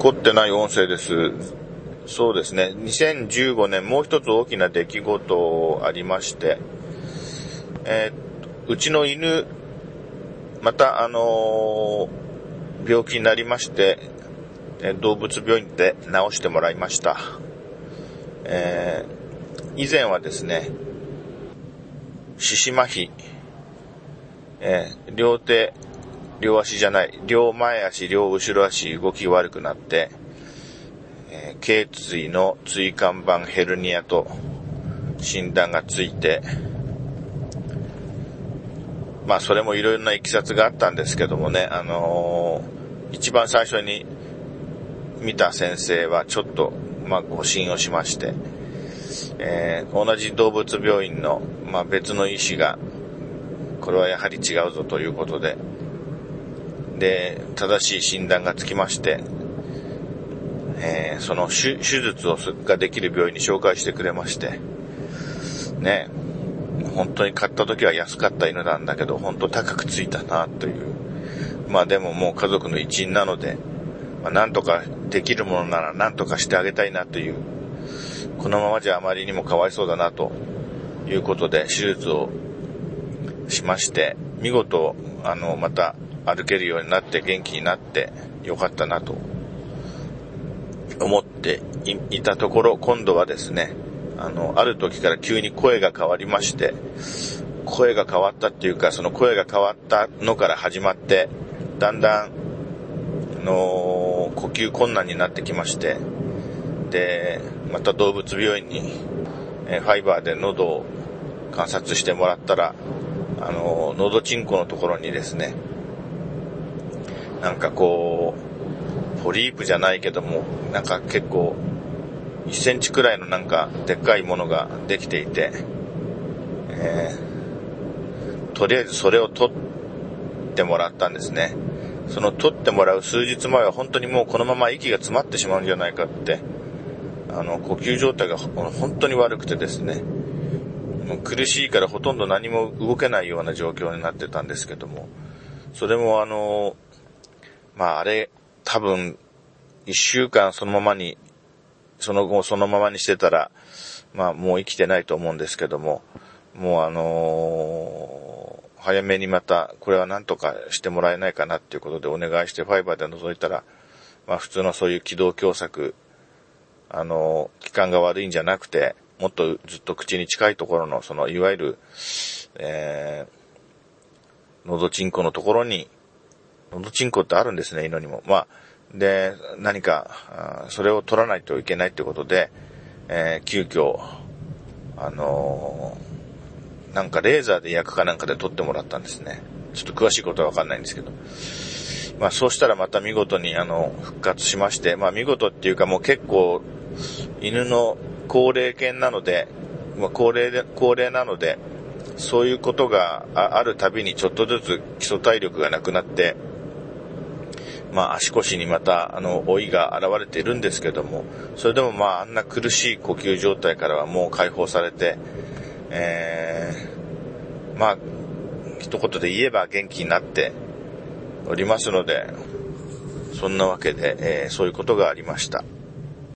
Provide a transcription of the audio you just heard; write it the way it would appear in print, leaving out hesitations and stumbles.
凝ってない音声です。そうですね。2015年もう一つ大きな出来事ありまして、うちの犬、また病気になりまして、動物病院で治してもらいました。以前はですね、四肢麻痺、両手、両足じゃない、両前足、両後ろ足、動き悪くなって、頸椎の椎間板ヘルニアと診断がついて、まあそれもいろいろな経緯があったんですけどもね、一番最初に見た先生はちょっと誤診をしまして、同じ動物病院の、別の医師がこれはやはり違うぞということで、正しい診断がつきまして、その手術ができる病院に紹介してくれまして、ね、本当に買った時は安かった犬なんだけど、本当高くついたなという。でももう家族の一員なので、なんとかできるものならなんとかしてあげたいなという、このままじゃあまりにもかわいそうだなということで手術をしまして、見事また歩けるようになって元気になってよかったなと思っていたところ、今度はですね、ある時から急に声が変わりまして、声が変わったっていうか、その声が変わったのから始まって、だんだん呼吸困難になってきまして、でまた動物病院にファイバーで喉を観察してもらったら、喉チンコのところにですね、なんかこうポリープじゃないけども、なんか結構1センチくらいのなんかでっかいものができていて、とりあえずそれを取ってもらったんですね。その取ってもらう数日前は本当にもうこのまま息が詰まってしまうんじゃないかって、呼吸状態が本当に悪くてですね、もう苦しいからほとんど何も動けないような状況になってたんですけども、それもあれ多分1週間そのままにしてたら、もう生きてないと思うんですけども、もう早めにまたこれは何とかしてもらえないかなっていうことでお願いしてファイバーで覗いたら、普通のそういう気道狭窄、気管が悪いんじゃなくて、もっとずっと口に近いところのそのいわゆる、喉チンコのところに、喉チンコってあるんですね、犬にも。で、何かそれを取らないといけないってことで、急遽なんかレーザーで焼くかなんかで取ってもらったんですね。ちょっと詳しいことはわかんないんですけど、そうしたらまた見事に復活しまして、見事っていうかもう結構犬の高齢犬なので、高齢なので、そういうことがあるたびにちょっとずつ基礎体力がなくなって、足腰にまた老いが現れているんですけども、それでもあんな苦しい呼吸状態からはもう解放されて、一言で言えば元気になっておりますので、そんなわけで、そういうことがありました。